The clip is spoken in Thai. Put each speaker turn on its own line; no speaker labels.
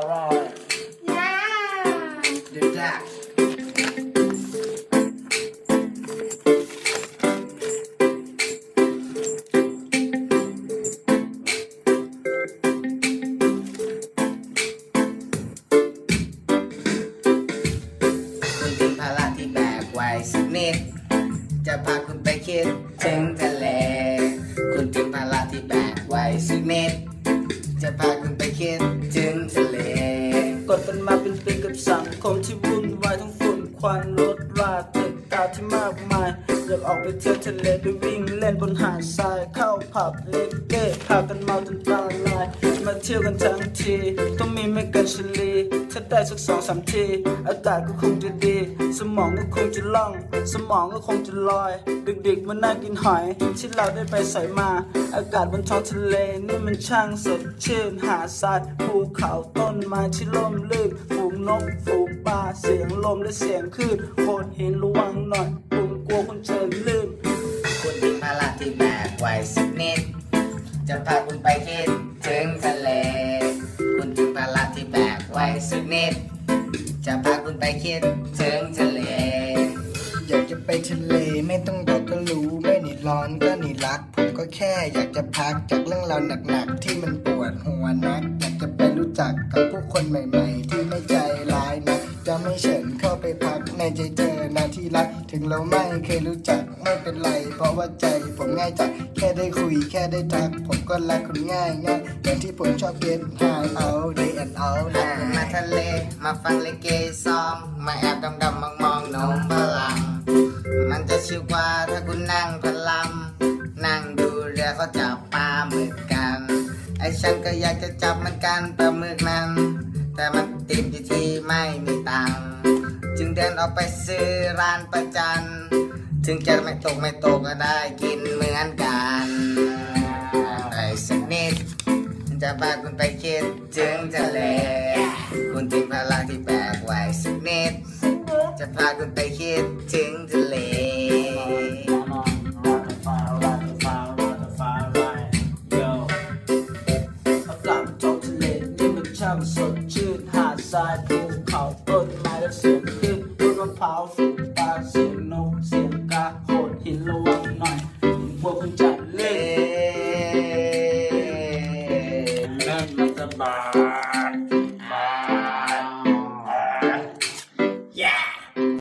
alright.
Yeah.
The dash. คุณทิ้งภาระที่แบกไว้สักนิดจะพาคุณไปคิดถึงทะเลคุณทิ้งภาระที่แบกไว้สักนิดจะพาคุณไปคิดถึงทะเลกดกันมาเป็นปีกับสังคมที่วุ่นวายทั้งฝุ่นควันรถราตึกตาที่มากมายอยากออกไปเที่ยวทะเลไปวิ่งเล่นบนหาดทรายเข้าผับเล่นเก้พากันเมาจนตาลายมาเที่ยวกันทั้งทีต้องมีไม่เกินเฉลี่ยถ้าได้สัก2-3 ทีอากาศก็คงจะดีสมองก็คงจะล่องสมองก็คงจะลอยดึกๆมานั่งกินหอยที่เราได้ไปใส่มาอากาศบนท้องทะเลนี่มันช่างสดชื่นหาดทรายภูเขาต้นไม้ที่ร่มรื่นฝูงนกฝูงปลาเสียงลมและเสียงคลื่นโขดหินระวังหน่อยผมกลัวคุณเจอลื่นคุณทิ้งภาระที่แบกไว้สักนิดจะพาคุณไปคิดถึงทะเลคุณทิ้งภาระที่แบกไว้สักนิดจะพาคุณไปคิดถึงทะเลอยากจะไปทะเลไม่ต้องบอกก็รู้ไม่นี่ร้อนก็นี่รักผมก็แค่อยากจะพักจากเรื่องราวหนักๆที่มันปวดหัวนักอยากจะไปรู้จักกับผู้คนใหม่ๆที่ไม่ใจร้ายนะจะไม่เฉินเข้าไปพักในใจเจอนาที่รักถึงเราไม่เคยรู้จักไม่เป็นไรเพราะว่าใจผมง่ายจัดแค่ได้คุยแค่ได้ทักผมก็รักคุณง่ายง่ายอย่างที่ผมชอบเก็ตไฮเอาเดย์แอนเอานะมาทะเลมาฟังเลเกซองมาแอบดำๆมองๆนมพลังมันจะชิวกว่าถ้าคุณนั่งพลัมนั่งดูเรือเขาจับปลาหมึกกันไอ้ฉันก็อยากจะจับมันกันปลาหมึกนั้นแต่มันติดอยู่ที่ไม่มีตังค์จึงเดินออกไปซื้อร้านประจันถึงจะไม่ตกก็ได้กินเหมือนกันไอ้สักนิดจะพาคุณไปคิดถึงทะเลคุณทิ้งภาระที่แบกไว้สักนิดจะพาคุณไปคิดถึงทะเลช่างสดชื่นหาดทรายภูเขาต้นไม้และเสียงคลื่นต้นมะพร้าวฝูงปลาเสียงนกเสี